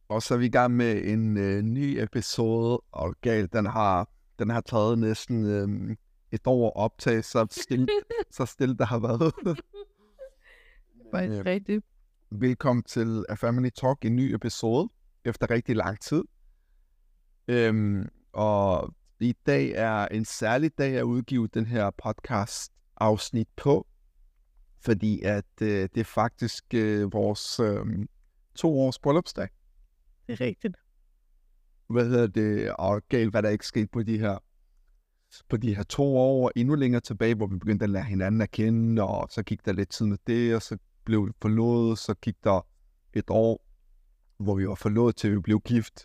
Og så er vi i gang med en ny episode, og galt, den har taget næsten et år optag, så stille der har været. Faktisk rigtigt. Velkommen til A Family Talk, en ny episode, efter rigtig lang tid. Og i dag er en særlig dag at udgive den her podcast afsnit på, fordi at det er faktisk vores 2 års bryllupsdag. Det er rigtigt. Og galt, hvad der ikke skete på de her 2 år, endnu længere tilbage, hvor vi begyndte at lære hinanden at kende, og så gik der lidt tid med det, og så blev vi forlovet, så gik der et år, hvor vi var forlovet til vi blev gift.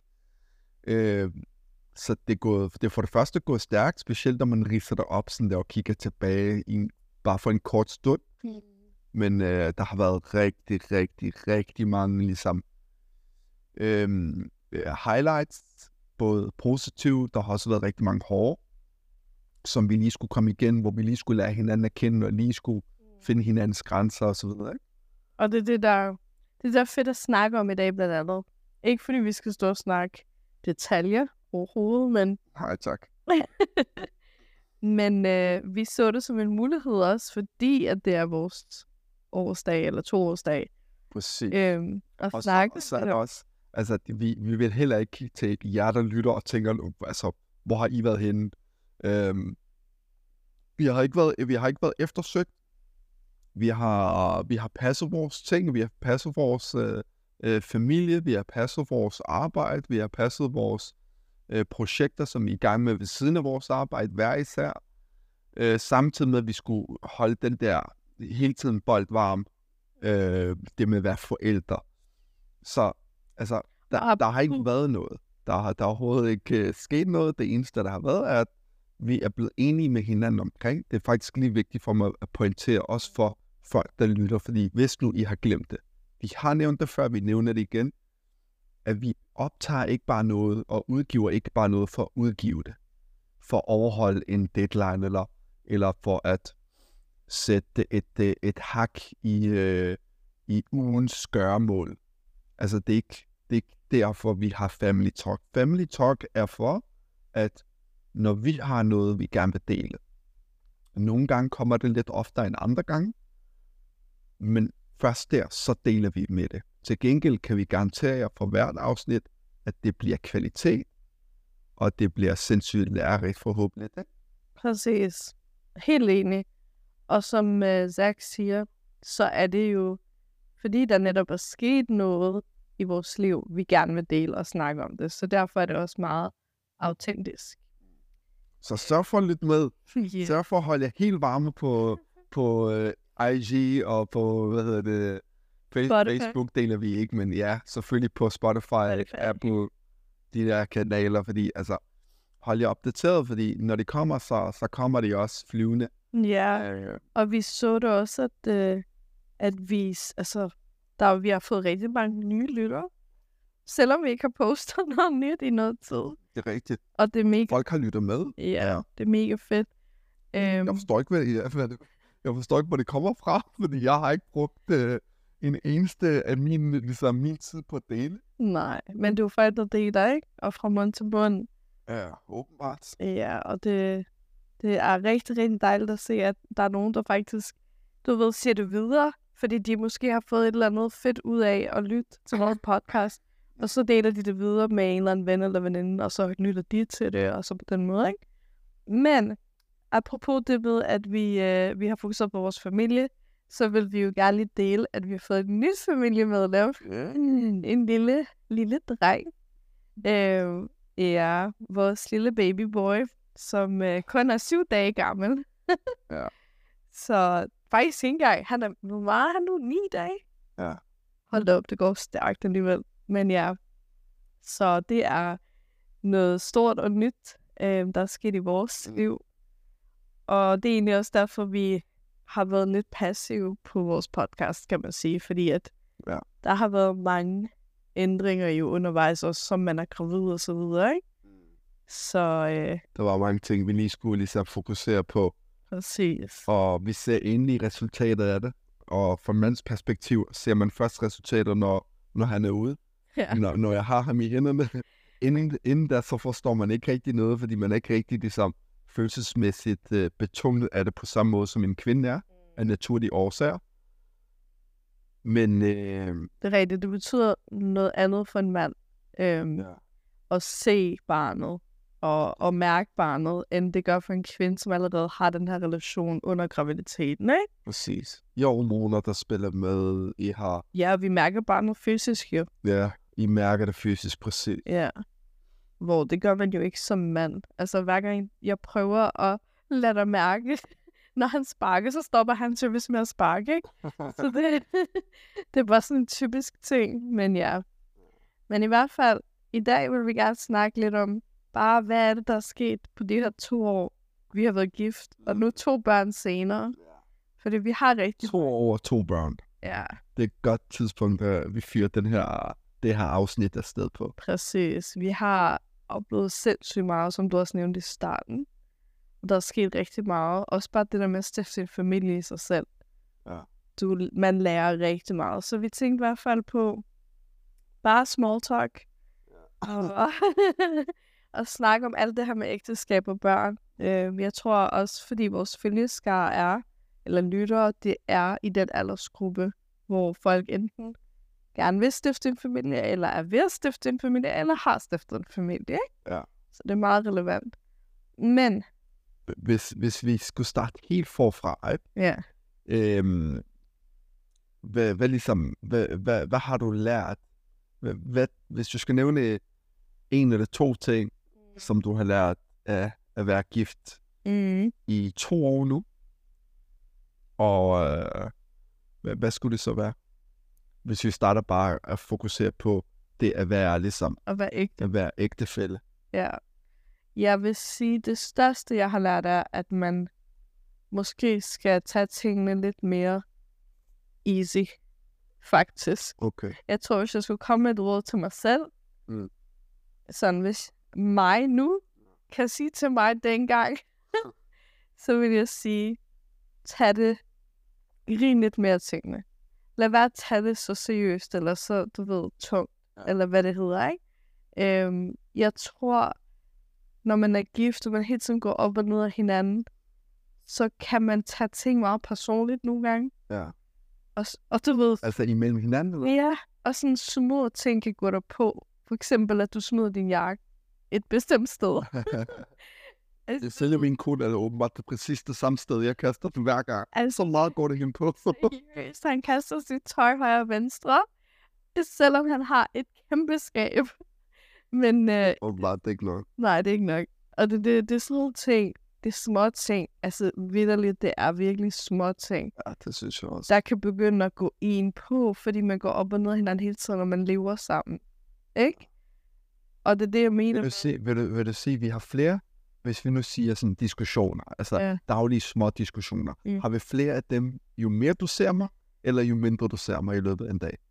Så det er for det første gået stærkt, specielt når man ridser det op sådan der, og kigger tilbage bare for en kort stund. Men der har været rigtig mange ligesom highlights, både positivt, der har også været rigtig mange hårde, som vi lige skulle komme igen, hvor vi lige skulle lære hinanden at kende, og lige skulle finde hinandens grænser og så videre, ikke? Og det er fedt at snakke om i dag blandt andet. Ikke fordi vi skal stå og snakke detaljer overhovedet, men... Nej, tak. Men vi så det som en mulighed også, fordi at det er vores årsdag, eller 2-årsdag. Præcis. Og snakke. Så er det også, altså vi vil heller ikke til jer, der lytter og tænker, altså, hvor har I været henne? Vi har ikke været eftersøgt. Vi har passet vores ting, vi har passet vores familie, vi har passet vores arbejde, vi har passet vores projekter, som vi er i gang med ved siden af vores arbejde, hver især. Samtidig med, at vi skulle holde den der hele tiden bold varm, det med at være forældre. Så altså, der har ikke været noget. Der har overhovedet ikke sket noget. Det eneste, der har været, er, at vi er blevet enige med hinanden omkring. Det er faktisk lige vigtigt for mig at pointere, også for folk, der lytter, fordi hvis nu I har glemt det, vi har nævnt det før, vi nævner det igen, at vi optager ikke bare noget, og udgiver ikke bare noget for at udgive det, for at overholde en deadline, eller for at sætte et hak i ugens gøremål. Altså det er ikke derfor, vi har Family Talk. Family Talk er for, at når vi har noget, vi gerne vil dele. Nogle gange kommer det lidt oftere end andre gange, men først der, så deler vi med det. Til gengæld kan vi garantere jer for hvert afsnit, at det bliver kvalitet, og det bliver sindssygt lærerigt forhåbentlig. Præcis. Helt enig. Og som Zach siger, så er det jo, fordi der netop er sket noget i vores liv, vi gerne vil dele og snakke om det. Så derfor er det også meget autentisk. Så sørg for lidt med. Yeah. Sørg for at holde jer helt varme på IG og på, Facebook deler vi ikke, men ja, selvfølgelig på Spotify, Apple, de der kanaler, fordi altså, hold jer opdateret, fordi når de kommer, så kommer de også flyvende. Ja, og vi så det også, at vi har fået rigtig mange nye lyttere, selvom vi ikke har postet noget nyt i noget tid. Det er rigtigt. Og det er mega... Folk har lyttet med. Ja, det er mega fedt. Jeg forstår ikke, hvor det kommer fra, fordi jeg har ikke brugt en eneste af min tid på at dele. Nej, men du er forældre deler, ikke? Og fra mund til mund. Ja, åbenbart. Ja, og det er rigtig dejligt at se, at der er nogen, der faktisk, siger det videre, fordi de måske har fået et eller andet fedt ud af at lytte til vores podcast, og så deler de det videre med en eller anden ven eller veninde, og så lytter de til det, og så på den måde, ikke? Men apropos det med, at vi har fokuseret på vores familie, så vil vi jo gerne lige dele, at vi har fået et nyt familiemedlem. En lille dreng. Ja, vores lille babyboy, som kun er 7 dage gammel. Ja. Så faktisk ikke engang. Hvor meget er han nu? 9 dage? Ja. Hold op, det går stærkt alligevel. Men ja, så det er noget stort og nyt, der er sket i vores liv. Og det er egentlig også derfor, vi har været lidt passive på vores podcast, kan man sige. Fordi at der har været mange ændringer jo undervejs, også som man er gravid og så videre, ikke? Så der var mange ting, vi lige skulle ligesom fokusere på. Præcis. Og vi ser endelig resultatet af det. Og fra mands perspektiv ser man først resultater, når han er ude. Ja. når jeg har ham i hænderne. Inden da, så forstår man ikke rigtig noget, fordi man er ikke rigtig ligesom følelsesmæssigt betunget af det på samme måde, som en kvinde er, af naturlige årsager. Men Det er rigtigt, det betyder noget andet for en mand at se barnet og mærke barnet, end det gør for en kvinde, som allerede har den her relation under graviditeten, ikke? præcis. I har hormoner, der spiller med. I har... Ja, vi mærker barnet fysisk jo. Ja, I mærker det fysisk, præcis. Ja. Hvor det gør man jo ikke som mand. Altså hver gang jeg prøver at lade dig mærke, når han sparker, så stopper han typisk med at sparke, ikke? Så det er bare sådan en typisk ting, men ja. Men i hvert fald, i dag vil vi gerne snakke lidt om, bare hvad er det, der er sket på de her 2 år, vi har været gift, og nu 2 børn senere. Fordi vi har rigtig... 2 år og 2 børn. Ja, Det er et godt tidspunkt, at vi fyrer det her afsnit afsted på. præcis. Vi har oplevet sindssygt meget, som du også nævnte i starten. Og der er sket rigtig meget. Også bare det der med at stifte en familie i sig selv. Ja. Man lærer rigtig meget. Så vi tænkte i hvert fald på bare small talk. Og, og snakke om alt det her med ægteskab og børn. Jeg tror også, fordi vores følgeskare er, eller lyttere, det er i den aldersgruppe, hvor folk enten gerne vil stifte en familie, eller er ved at stifte en familie, eller har stiftet en familie, ikke? Ja. Så det er meget relevant. Men... Hvis vi skulle starte helt forfra, ikke? Ja. Hvad har du lært? Hvis du skal nævne 1 eller 2 ting, som du har lært af at være gift i 2 år nu, og hvad skulle det så være? Hvis vi starter bare at fokusere på det at være ligesom At være ægtefælle. Ja. Jeg vil sige, det største, jeg har lært, er, at man måske skal tage tingene lidt mere easy, faktisk. Okay. Jeg tror, hvis jeg skulle komme med et råd til mig selv, sådan hvis mig nu kan sige til mig dengang, så vil jeg sige, tag det rimeligt mere tingene. Lad være at tage det så seriøst, eller så, du ved, tungt, eller hvad det hedder, ikke? Jeg tror, når man er gift, og man hele tiden går op og ned af hinanden, så kan man tage ting meget personligt nogle gange. Ja. Og du ved... Altså imellem hinanden? Eller? Ja, og sådan små ting kan gå der på. For eksempel, at du smider din jakke et bestemt sted. Jeg sælger min kone, eller åbenbart det præcis det samme sted, jeg kaster den hver gang. Altså, så meget går det hen på. Så han kaster sit tøj højre og venstre, selvom han har et kæmpe skab. Men... åbenbart, det er ikke nok. Nej, det er ikke nok. Og det er sådan nogle ting, det er små ting. Altså, vitterligt, det er virkelig små ting. Ja, det synes jeg også. Der kan begynde at gå en på, fordi man går op og ned af hinanden hele tiden, når man lever sammen. Ikke? Og det er det, jeg mener. Vil du se, vi har flere, hvis vi nu siger sådan diskussioner, altså daglige små diskussioner. Har vi flere af dem, jo mere du ser mig, eller jo mindre du ser mig i løbet af en dag?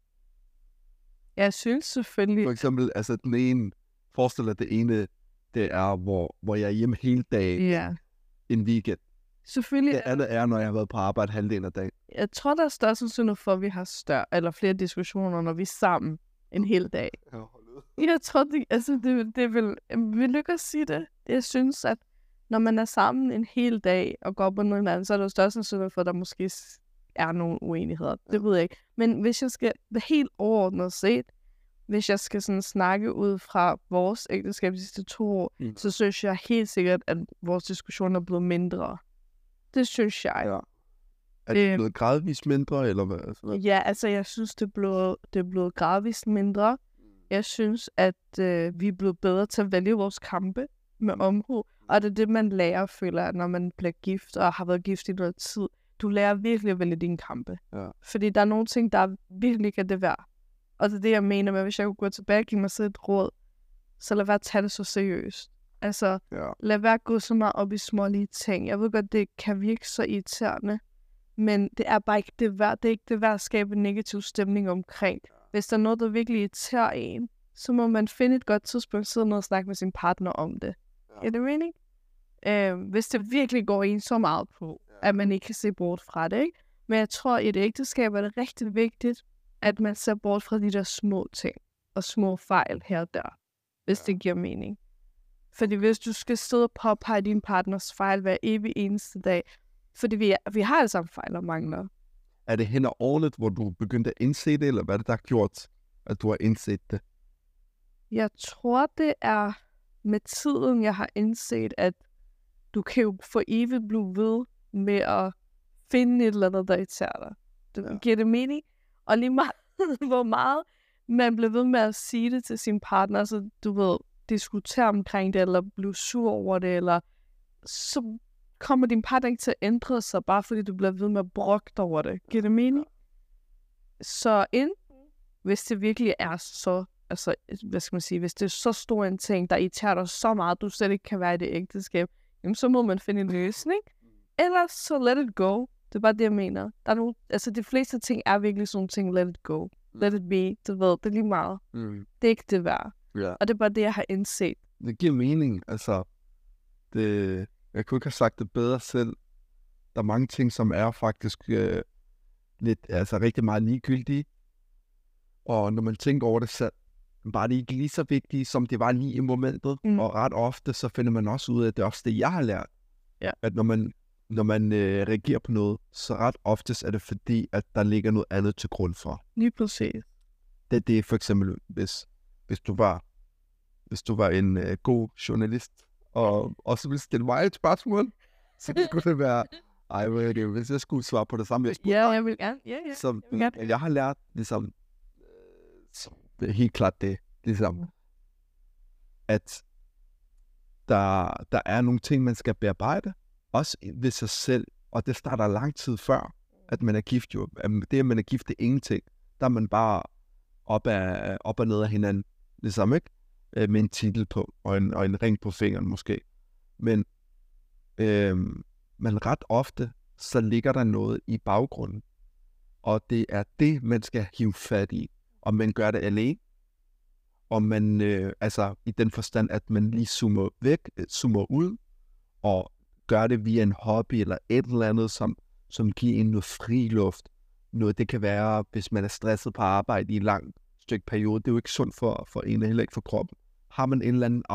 Jeg synes selvfølgelig... For eksempel, altså den ene, forestil dig det ene, det er, hvor jeg er hjemme hele dagen, en weekend. Selvfølgelig. Det andet er, når jeg har været på arbejde halvdelen af dagen. Jeg tror, der er større sandsynlighed for, at vi har flere diskussioner, når vi er sammen en hel dag. Jeg tror, det vil lykke at sige det. Jeg synes, at når man er sammen en hel dag og går op og ned hinanden, så er der jo større sandsynlighed for, at der måske er nogle uenigheder. Det ved jeg ikke. Men hvis jeg skal helt overordnet set, hvis jeg skal sådan snakke ud fra vores ægteskab de sidste 2 år, så synes jeg helt sikkert, at vores diskussion er blevet mindre. Det synes jeg. Ja. Er det blevet gradvist mindre, eller hvad? Altså, ja, altså jeg synes, det er blevet gradvist mindre. Jeg synes, at vi er blevet bedre til at vælge vores kampe med omhu. Og det er det, man lærer, føler, når man bliver gift og har været gift i noget tid. Du lærer virkelig at vælge dine kampe. Ja. Fordi der er nogle ting, der virkelig ikke er det værd. Og det er det, jeg mener med, hvis jeg kunne gå tilbage og give mig selv et råd, så lad være at tage det så seriøst. Altså, lad være at gå så meget op i smålige ting. Jeg ved godt, det kan virke så irriterende, men det er bare ikke det værd. Det er ikke det værd at skabe en negativ stemning omkring. Hvis der er noget, der virkelig irriterer en, så må man finde et godt tidspunkt, sidde ned og snakke med sin partner om det. Er det mening? Hvis det virkelig går en så meget på, at man ikke kan se bort fra det, ikke? Men jeg tror, i et ægteskab er det rigtig vigtigt, at man ser bort fra de der små ting. og små fejl her og der, hvis det giver mening. Fordi hvis du skal sidde og påpege din partners fejl hver evig eneste dag, fordi vi har alle sammen fejl og mangler. Er det hen ad året, hvor du begyndte at indse det, eller hvad er det, der har gjort, at du har indset det? Jeg tror, det er med tiden, jeg har indset, at du kan jo for evigt blive ved med at finde et eller andet, der irriterer dig. Giver det mening? Og lige meget, hvor meget man bliver ved med at sige det til sin partner, så du ved, diskutere omkring det, eller blive sur over det, eller så kommer din partner ikke til at ændre sig, bare fordi du bliver ved med at brokke over det. Giver det mening? Så hvis det virkelig er så, altså, hvad skal man sige, hvis det er så stor en ting, der irriterer dig så meget, du slet ikke kan være i det ægteskab, jamen så må man finde en løsning. Ellers så let it go. Det er bare det, jeg mener. Der er nogle, altså de fleste ting er virkelig sådan nogle ting, let it go. Let it be, du ved, det er lige meget. Det er ikke det værd. Ja. Og det er bare det, jeg har indset. Det giver mening, altså. Jeg kunne ikke have sagt det bedre selv. Der er mange ting, som er faktisk lidt, altså rigtig meget ligegyldige. Og når man tænker over det selv, var det ikke lige så vigtigt, som det var lige i momentet. Og ret ofte, så finder man også ud af, at det er også det, jeg har lært. Ja. At når man reagerer på noget, så ret oftest er det fordi, at der ligger noget andet til grund for. Lige præcis. Det er for eksempel, hvis du var en god journalist, og også ville stille mig et spørgsmål, så kunne det være, hvis jeg skulle svare på det samme, jeg spurgte. Ja, jeg vil gerne. Ja, Så jeg har lært, ligesom, helt klart det, ligesom, at der er nogle ting, man skal bearbejde, også ved sig selv, og det starter lang tid før, at man er gift jo. Det, at man er gift, det er ingenting. Der er man bare op og ned af hinanden, ligesom, ikke? Med en titel på, og en ring på fingeren måske. Men ret ofte, så ligger der noget i baggrunden, og det er det, man skal hive fat i. Og man gør det alene, og man, altså i den forstand, at man lige zoomer ud, og gør det via en hobby, eller et eller andet, som giver en noget fri luft. Noget, det kan være, hvis man er stresset på arbejde i en lang stykke periode. Det er jo ikke sundt for en, og heller ikke for kroppen. Har man en eller anden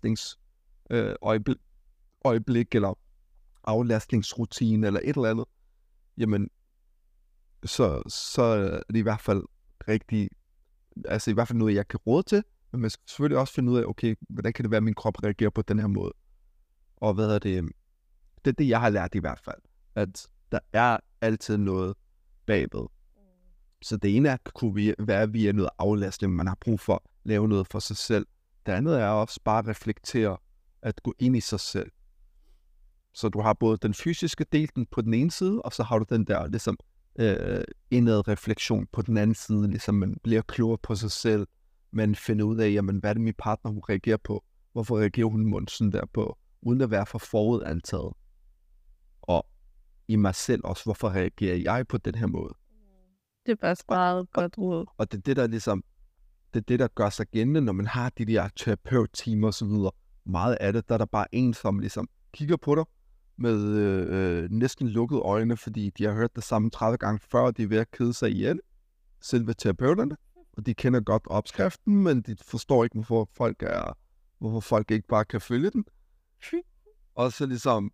aflastningsøjeblik, eller aflastningsrutine, eller et eller andet, jamen, så er det i hvert fald rigtig, altså i hvert fald noget, jeg kan råde til, men man skal selvfølgelig også finde ud af, okay, hvordan kan det være, at min krop reagerer på den her måde? Og hvad er det? Det er det, jeg har lært i hvert fald, at der er altid noget bagved. Så det ene kunne være via noget aflastning, man har brug for at lave noget for sig selv. Det andet er også bare at reflektere, at gå ind i sig selv. Så du har både den fysiske del på den ene side, og så har du den der ligesom indad refleksion på den anden side, ligesom man bliver klogere på sig selv, man finder ud af, jamen, hvad er det min partner, hun reagerer på? Hvorfor reagerer hun mundsen der på? Uden at være for forudantaget. Og i mig selv også, hvorfor reagerer jeg på den her måde? Det er bare meget godt råd. Og det er det, der ligesom, det er det, der gør sig gældende, når man har de der terapeut-timer og så videre. Meget af det, der er der bare en, som ligesom kigger på dig med næsten lukkede øjne, fordi de har hørt det samme 30 gange før, og de er ved at kede sig ihjel. Selve terapeuterne. Og de kender godt opskriften, men de forstår ikke, hvorfor folk ikke bare kan følge den. Og så ligesom,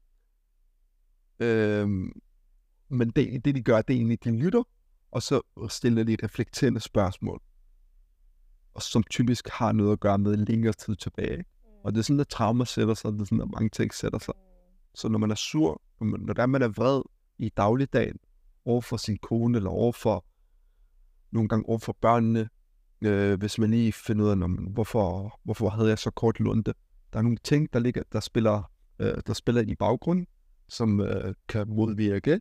men det de gør, det er egentlig, de lytter, og så stiller de reflekterende spørgsmål, og som typisk har noget at gøre med længere tid tilbage. Og det er sådan, at traumer sætter sig, det er sådan, at mange ting sætter sig. Så når man er sur, når man er vred i dagligdagen, overfor sin kone, eller nogle gange overfor børnene, hvis man lige finder ud af, hvorfor havde jeg så kort lunte. Der er nogle ting, der spiller i baggrunden, som kan modvirke.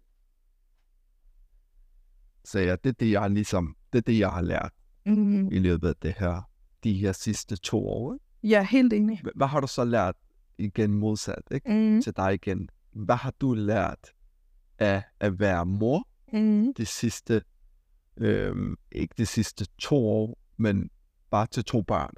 Så ja, det er det, jeg har lært i løbet af de her sidste 2 år. Jeg er helt enig. Hvad har du så lært igen modsat, ikke? Til dig igen? Hvad har du lært af at være mor de sidste, ikke de sidste 2 år, men bare til 2 børn?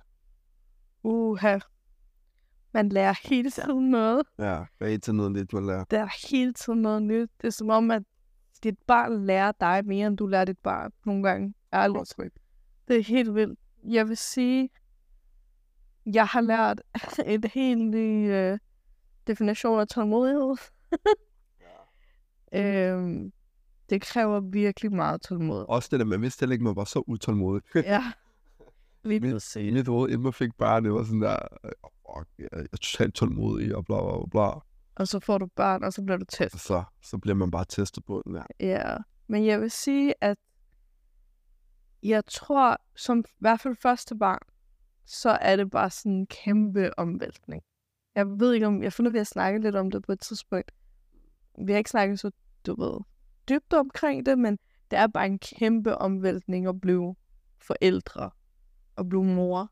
Man lærer hele tiden noget. Ja, der er hele tiden noget nyt, man lærer. Der er hele tiden noget nyt. Det er som om, at dit barn lærer dig mere, end du lærer dit barn nogle gange. Ærligt. Det er helt vildt. Jeg vil sige, jeg har lært en helt ny definition af tålmodighed. Det kræver virkelig meget tålmodighed. Også det der, man vidste heller ikke, man var så utålmodig. Ja, lige præcis. Mit råd, inden man fik barn, det var sådan der, jeg er totalt tålmodig, og bla bla bla. Og så får du barn, og så bliver du testet. Så bliver man bare testet på den her. Ja, men jeg vil sige, at jeg tror, som i hvert fald første barn, så er det bare sådan en kæmpe omvæltning. Jeg ved ikke om, jeg finder, at vi har snakket lidt om det på et tidspunkt. Vi har ikke snakket så, dybt omkring det, men det er bare en kæmpe omvæltning at blive forældre og blive mor,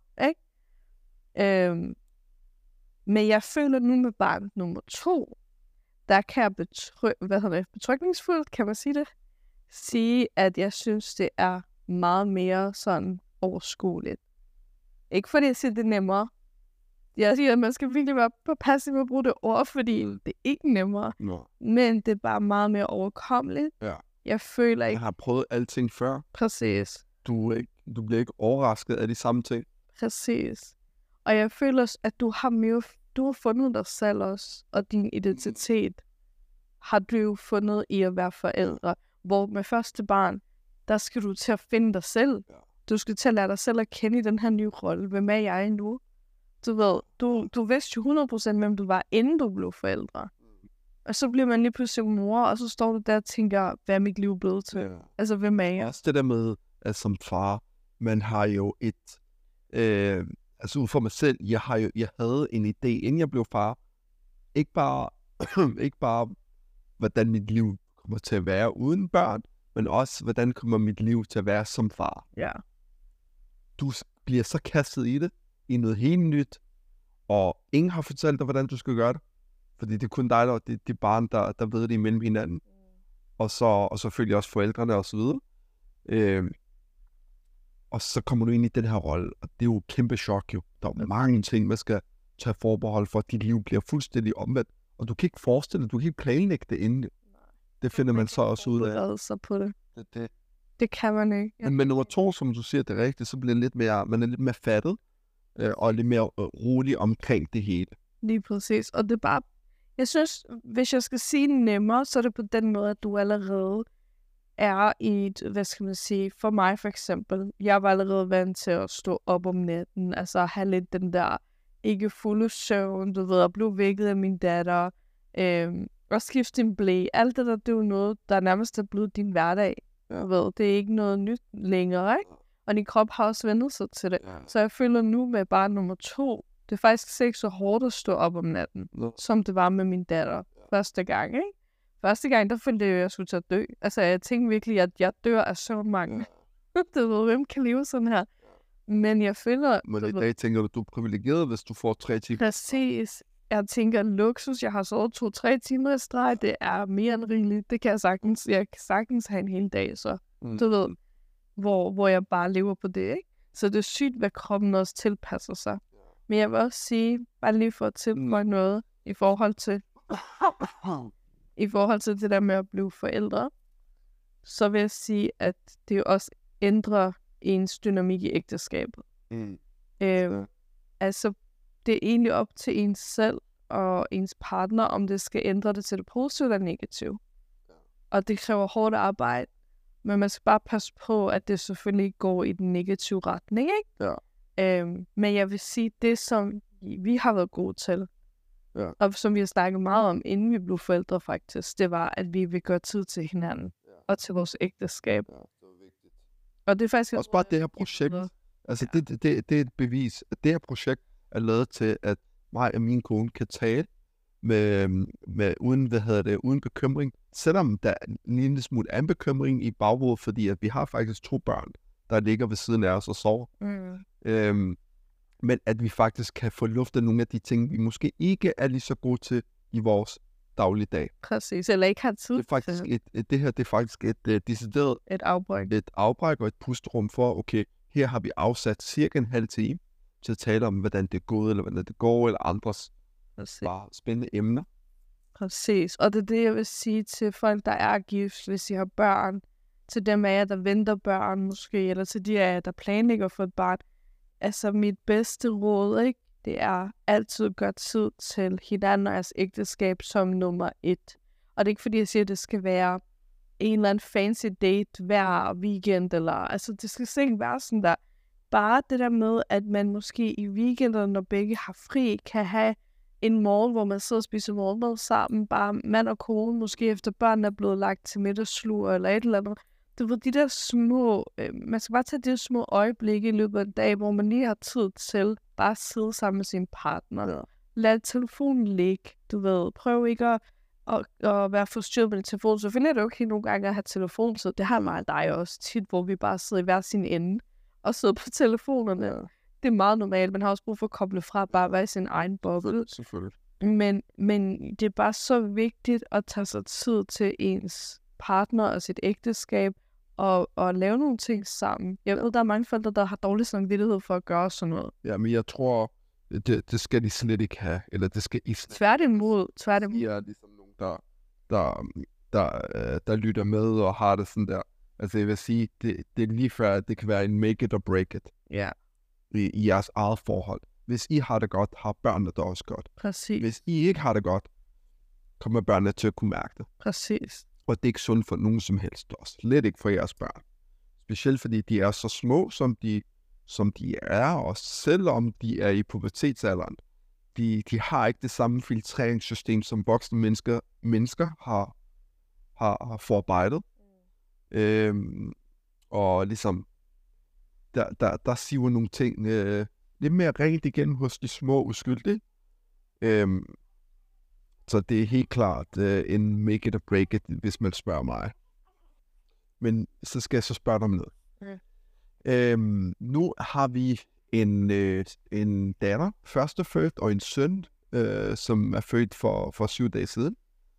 ikke? Men jeg føler nu med barn nummer 2, der kan jeg betrykningsfuldt, kan man sige det, sige, at jeg synes, det er meget mere sådan overskueligt. Ikke fordi jeg siger, det er nemmere. Jeg siger, at man skal virkelig være påpasselig med at bruge det ord, fordi det er ikke nemmere. No. Men det er bare meget mere overkommeligt. Ja. Jeg føler ikke... Jeg har prøvet alting før. Præcis. Du bliver ikke overrasket af de samme ting. Præcis. Og jeg føler, at du har fundet dig selv også, og din identitet har du jo fundet i at være forældre. Hvor med første barn, der skal du til at finde dig selv. Ja. Du skal til at lære dig selv at kende i den her nye rolle. Hvem er jeg nu? Du ved, du vidste jo 100% hvem du var, inden du blev forældre. Og så bliver man lige pludselig mor, og så står du der og tænker, hvad er mit liv blevet til? Ja. Altså, hvem er jeg? Også det der med, at som far, man har jo et... altså ud for mig selv, jeg havde en idé, inden jeg blev far. Ikke bare, hvordan mit liv kommer til at være uden børn, men også, hvordan kommer mit liv til at være som far. Ja. Du bliver så kastet i det, i noget helt nyt, og ingen har fortalt dig, hvordan du skal gøre det. Fordi det er kun dig, og det er de barn, der ved det imellem hinanden. Og så selvfølgelig også forældrene og så videre. Og så kommer du ind i den her rolle, og det er jo et kæmpe chok jo. Der er mange ting, man skal tage forbehold for, at dit liv bliver fuldstændig omvendt. Og du kan ikke forestille dig, du kan ikke planlægge det inden. Det finder man så også ud af. Så på det. Det kan man ikke. Men nummer 2, som du siger, det er rigtigt, så bliver man er lidt mere fattet, og lidt mere rolig omkring det hele. Lige præcis. Og det er bare, jeg synes, hvis jeg skal sige nemmere, så er det på den måde, at du allerede er i et, hvad skal man sige, for mig for eksempel, jeg var allerede vant til at stå op om natten, altså have lidt den der ikke fulde søvn, du ved, at blive vækket af min datter, og skifte din blæ. Alt det der, det er jo noget, der nærmest er blevet din hverdag. Ja. Ved, det er ikke noget nyt længere, ikke? Og din krop har også vendt sig til det. Ja. Så jeg føler nu med barn nummer 2, det er faktisk ikke så hårdt at stå op om natten, som det var med min datter første gang, ikke? Første gang, der følte jeg, at jeg skulle til at dø. Altså, jeg tænkte virkelig, at jeg dør af søvnmangel. Du ved, hvem kan leve sådan her? Men jeg føler... Men i dag tænker du er privilegeret, hvis du får 3 timer. Præcis. Jeg tænker, luksus, jeg har sovet 2-3 timer i streg, det er mere end rigeligt. Det kan jeg sagtens. Jeg kan sagtens have en hel dag, så du ved, hvor jeg bare lever på det, ikke? Så det er sygt, hvad kroppen også tilpasser sig. Men jeg vil også sige, bare lige for at tilføje noget, i forhold til det der med at blive forældre, så vil jeg sige, at det jo også ændrer ens dynamik i ægteskabet. Altså, det er egentlig op til ens selv og ens partner, om det skal ændre det til det positive eller negative. Og det kræver hårdt arbejde, men man skal bare passe på, at det selvfølgelig ikke går i den negative retning, ikke? Ja. Men jeg vil sige, det som vi har været gode til, og som vi har snakket meget om, inden vi blev forældre faktisk, det var, at vi vil gøre tid til hinanden og til vores ægteskab. Ja, det var vigtigt. Og det er faktisk også bare det her projekt. Altså, det er et bevis, at det her projekt er lavet til, at mig og min kone kan tale med uden bekymring. Selvom der er en lille smule af bekymring i baghovedet, fordi at vi har faktisk 2 børn, der ligger ved siden af os og sover. Men at vi faktisk kan få luftet nogle af de ting, vi måske ikke er lige så gode til i vores dagligdag. Præcis, eller ikke har tid det er faktisk det her er faktisk et decideret afbræk og et pusterum for, okay, her har vi afsat cirka en halv time til at tale om, hvordan det er gået, eller hvordan det går, eller andres bare spændende emner. Præcis, og det er det, jeg vil sige til folk, der er gift, hvis de har børn, til dem af jer, der venter børn måske, eller til de af jer, der planlægger for et barn. altså mit bedste råd, ikke? Det er altid gøre tid til hinanden og jeres ægteskab som nummer 1. Og det er ikke fordi, jeg siger, at det skal være en eller anden fancy date hver weekend, eller altså det skal slet ikke være sådan der. Bare det der med, at man måske i weekenden, når begge har fri, kan have en morgen, hvor man sidder og spiser morgenmad sammen, bare mand og kone, måske efter børnene er blevet lagt til middagslur eller et eller andet. Du ved, de der små, man skal bare tage de små øjeblikke i løbet af en dag, hvor man lige har tid til bare at sidde sammen med sin partner. Ja. Lad telefonen ligge, du ved. Prøv ikke at være forstyrret med din telefon. Så finder det okay nogle gange at have telefon, så det har mig og dig også tit, hvor vi bare sidder i hver sin ende og sidder på telefonerne. Ja. Det er meget normalt. Man har også brug for at koble fra bare at være i sin egen boble. Selvfølgelig. Men det er bare så vigtigt at tage sig tid til ens partner og sit ægteskab og lave nogle ting sammen. Jeg ved, der er mange forældre, der har dårlig samvittighed for at gøre sådan noget. Ja, men jeg tror, det skal de slet ikke have. Eller det skal Tværtimod. De er ligesom nogen, der lytter med og har det sådan der. Altså jeg vil sige, det er lige før, at det kan være en make it or break it. Ja. I jeres eget forhold. Hvis I har det godt, har børnene det også godt. Præcis. Hvis I ikke har det godt, kommer børnene til at kunne mærke det. Præcis. Og det er ikke sundt for nogen som helst også. Slet ikke for jeres børn. Specielt fordi de er så små, som de er, og selvom de er i pubertetsalderen. De har ikke det samme filtreringssystem, som voksne mennesker har forarbejdet. Og ligesom, der siver nogle ting lidt mere rent igen hos de små uskyldige. Så det er helt klart en make it or break it, hvis man spørger mig. Men så skal jeg så spørge dig om noget. Nu har vi en datter, førstefødt, og en søn, som er født for 7 dage siden.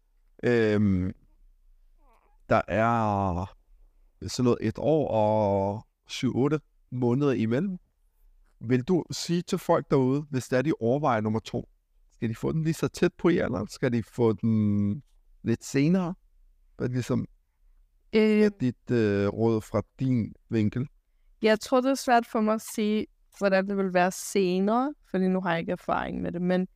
Der er sådan noget 1 år og 7-8 måneder imellem. Vil du sige til folk derude, hvis det er de overvejer nummer 2, skal de få den lige så tæt på jer, eller skal de få den lidt senere? Hvad er ligesom dit råd fra din vinkel? Jeg tror, det er svært for mig at sige, hvordan det vil være senere, fordi nu har jeg ikke erfaring med det, men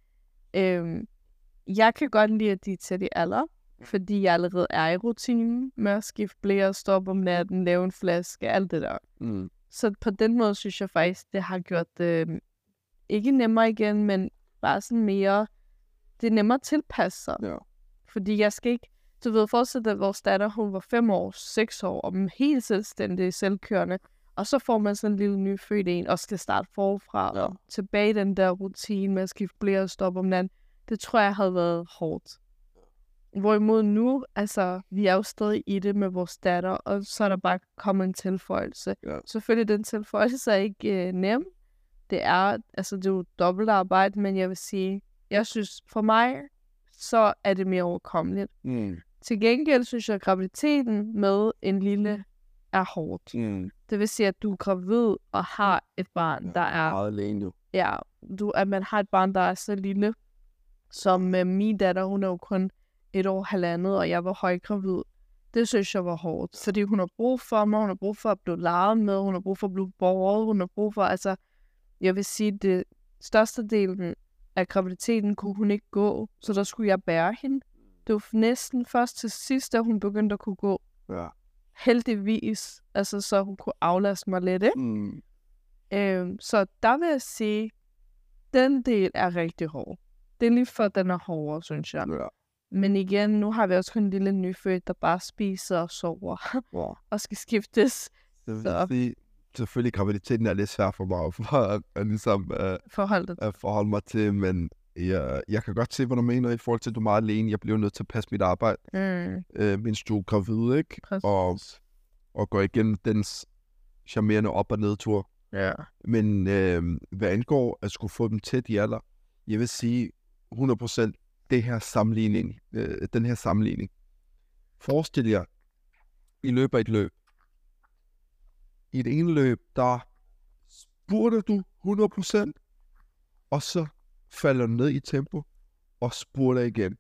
jeg kan godt lide, at de er tæt i alder, fordi jeg allerede er i rutinen med at skifte blære, stoppe om natten, lave en flaske, alt det der. Så på den måde synes jeg faktisk, det har gjort det ikke nemmere igen, men bare sådan mere, det er nemmere at tilpasse sig. Ja. Fordi jeg skal ikke, du ved, fortsætte, at vores datter, hun var 5 år, 6 år, og helt selvstændig, selvkørende, og så får man sådan en lille nyfødt en, og skal starte forfra, og tilbage i den der rutine med at skifte blære og stoppe om natten. Det tror jeg havde været hårdt. Hvorimod nu, altså, vi er jo stadig i det med vores datter, og så er der bare kommet en tilføjelse. Ja. Selvfølgelig, den tilføjelse er ikke nem. Det er jo dobbeltarbejde, men jeg vil sige, jeg synes, for mig, så er det mere overkommeligt. Til gengæld synes jeg, at graviditeten med en lille er hårdt. Det vil sige, at du er gravid og har et barn, der er... meget alene jo. Ja, at man har et barn, der er så lille, som min datter, hun er jo kun 1 år, 1,5, og jeg var højgravid. Det synes jeg var hårdt, fordi hun har brug for mig, hun har brug for at blive leget med, hun har brug for at blive båret, hun har brug for, jeg vil sige, det største delen af graviditeten kunne hun ikke gå, så der skulle jeg bære hende. Det var næsten først til sidst, at hun begyndte at kunne gå. Ja. Heldigvis, så hun kunne aflaste mig lidt, ikke? Så der vil jeg sige, den del er rigtig hård. Det er lige for, den er hårdere, synes jeg. Ja. Men igen, nu har vi også kun en lille nyfødt, der bare spiser og sover, og skal skiftes. Selvfølgelig graviditeten er lidt svær for mig at ligesom, forholde mig til, men jeg kan godt se, hvad du mener i forhold til, at du er meget alene. Jeg bliver nødt til at passe mit arbejde, mens du er gravid, ikke? Og gå igennem dens charmerende op- og nedtur. Ja. Men hvad angår at skulle få dem tæt i alder, jeg vil sige 100% den her sammenligning. Forestil jer, I løber et løb. I det ene løb, der spurter du 100%, og så falder du ned i tempo, og spurter igen.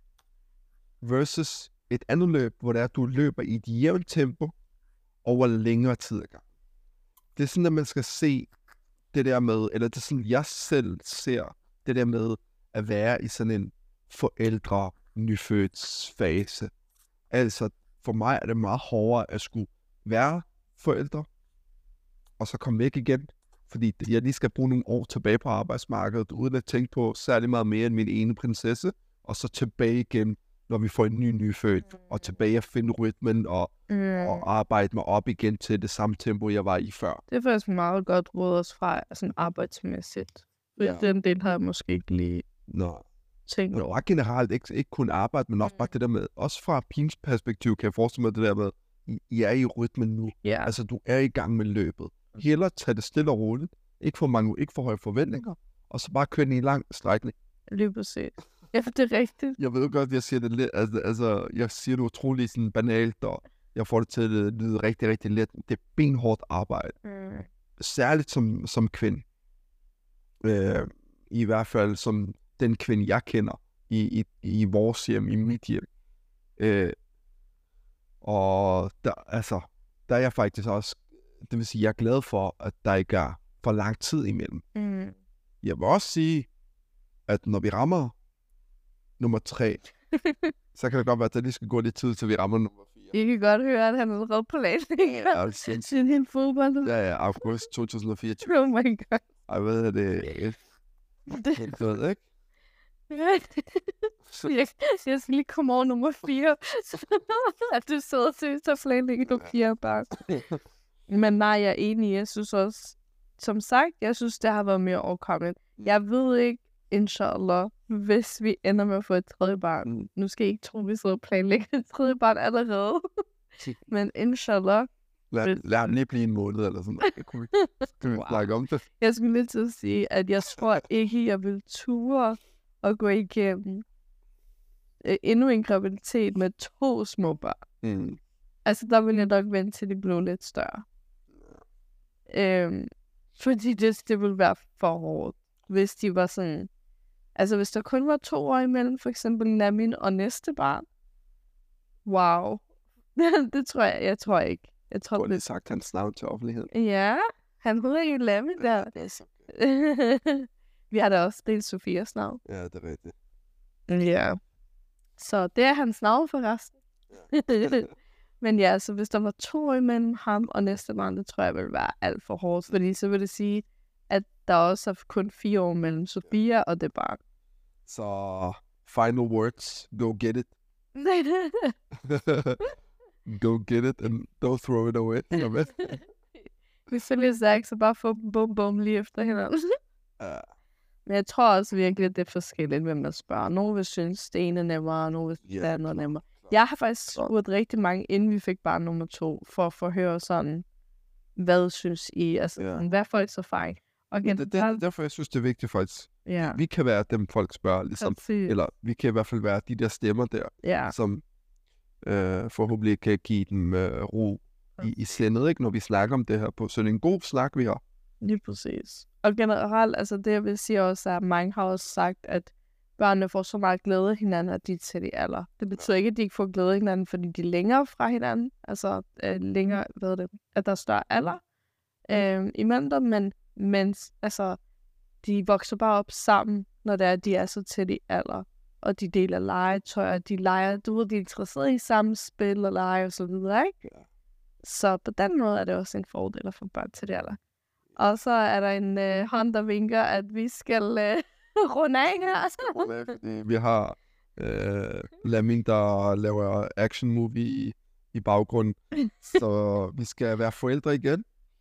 Versus et andet løb, hvor det er, at du løber i et jævnt tempo over længere tid ad gang. Det er sådan, at man skal se det der med, eller det er sådan, jeg selv ser, det der med at være i sådan en forældre-nyfødsfase. Altså, for mig er det meget hårdere at skulle være forældre, og så komme væk igen, fordi jeg lige skal bruge nogle år tilbage på arbejdsmarkedet, uden at tænke på særlig meget mere end min ene prinsesse, og så tilbage igen, når vi får en ny nyfødt, og tilbage at finde rytmen, og arbejde mig op igen til det samme tempo, jeg var i før. Det er faktisk meget godt råd også fra sådan arbejdsmæssigt. Ja. Den del har jeg måske ikke lige tænkt Nå, over. bare generelt ikke kun arbejde, men også bare det der med, også fra pigens perspektiv, kan jeg forestille mig det der med, I er i rytmen nu. Ja. Altså, du er i gang med løbet. Hellere tage det stille og roligt. Ikke for høje forventninger. Og så bare køre den i en lang strækning. Lige præcis. Ja, det er rigtigt. Jeg ved godt, jeg siger det lidt, altså jeg siger det utroligt sådan banalt, og jeg får det til at lyde rigtig, rigtig let. Det er benhårdt arbejde. Særligt som kvinde. I hvert fald som den kvinde, jeg kender i vores hjem, i mit hjem. Og der er jeg faktisk også, det vil sige, jeg er glad for, at der ikke er for lang tid imellem. Jeg vil også sige, at når vi rammer nummer 3, så kan det godt være, at der lige skal gå lidt tid, til vi rammer nummer 4. I kan godt høre, at han er allerede på planlægning. Siden en fodbold. Ja, august 2024. Oh my god. Ej, hvad er det? Det ved ikke. Jeg skal lige komme over nummer 4. At du sidder seriøst og planlægger nummer 4 bare. Men nej, jeg er enig. Jeg synes også, som sagt, jeg synes, det har været mere overkommet. Jeg ved ikke, inshallah, hvis vi ender med at få et tredje barn. Nu skal I ikke tro, vi sidder og planlægger et tredje barn allerede. Men inshallah. Lad ham lige blive en måned eller sådan noget. Kunne vi snakke om det? Jeg skulle lige til at sige, at jeg tror ikke, jeg vil ture at gå igennem endnu en graviditet med 2 små børn. Altså, der vil jeg nok vente til de blev lidt større. Fordi det ville være for hårdt, hvis de var sådan... Altså, hvis der kun var 2 år imellem, for eksempel Namin og næste barn. Wow. Det tror jeg. Jeg tror ikke. Jeg tror, du har lige sagt hans navn til offentligheden. Ja, han hedder jo Lamin der. Det er så okay. Vi har da også delt Sofias navn. Ja, det er rigtigt. Ja. Så det er hans navn forresten. Ja. Men ja, så hvis der var 2 år imellem ham og næste barn, det tror jeg vil være alt for hårdt. Fordi så vil det sige, at der også er kun 4 år mellem Sofia og det barn. Så final words, go get it. Go get it and don't throw it away. Vi følger sagt, så bare få bum lige efter hinanden. Men jeg tror også virkelig, at det er forskelligt, hvem man spørger. Nogle vil synes, det ene er nemmere, nogle vil synes, det andet er nemmere. Jeg har faktisk spurgt rigtig mange, inden vi fik barn nummer 2, for at forhøre sådan, hvad synes I? Altså, hvad er folks erfaring? Og derfor jeg synes, det er vigtigt faktisk. Ja. Vi kan være dem, folk spørger, ligesom. Eller vi kan i hvert fald være de der stemmer der, som forhåbentlig kan give dem ro i sindet, ikke? Når vi snakker om det her på sådan en god snak, vi har. Lige præcis. Og generelt, altså det jeg vil sige også, at mange har også sagt, at børnene får så meget glæde af hinanden, at de er til de alder. Det betyder ikke, at de ikke får glæde af hinanden, fordi de er længere fra hinanden. Altså længere, at der er større alder imellem dem, men altså, de vokser bare op sammen, når det er, de er så til de alder. Og de deler legetøj, de leger, de er interesseret i samme spil og lege og så videre, ikke? Ja. Så på den måde er det også en fordel at få børn til det alder. Og så er der en hånd, der vinker, at vi skal runde af her. Vi har Lamin, der laver action movie i baggrunden. Så vi skal være forældre igen.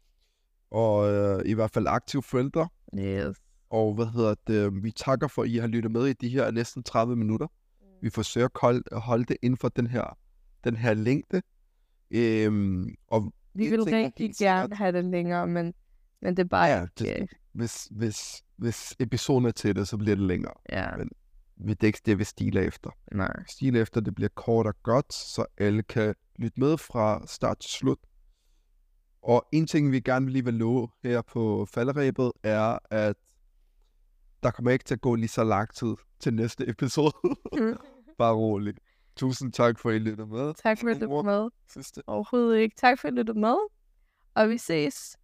Og i hvert fald aktive forældre. Yes. Og vi takker for, at I har lyttet med i de her næsten 30 minutter. Vi forsøger at holde det inden for den her længde. Og vi vil rigtig gerne have det længere, men det er bare ikke... Hvis episoden er til det, så bliver det længere. Ja. Men det er ikke det, vi stiler efter. Nej. Stiler efter, det bliver kort og godt, så alle kan lytte med fra start til slut. Og en ting, vi gerne lige vil love her på falderæbet, er, at der kommer ikke til at gå lige så lang tid til næste episode. Bare roligt. Tusind tak for, at I lyttede med. Tak for, at I lyttede med. Overhovedet ikke. Tak for, at I lyttede med. Og vi ses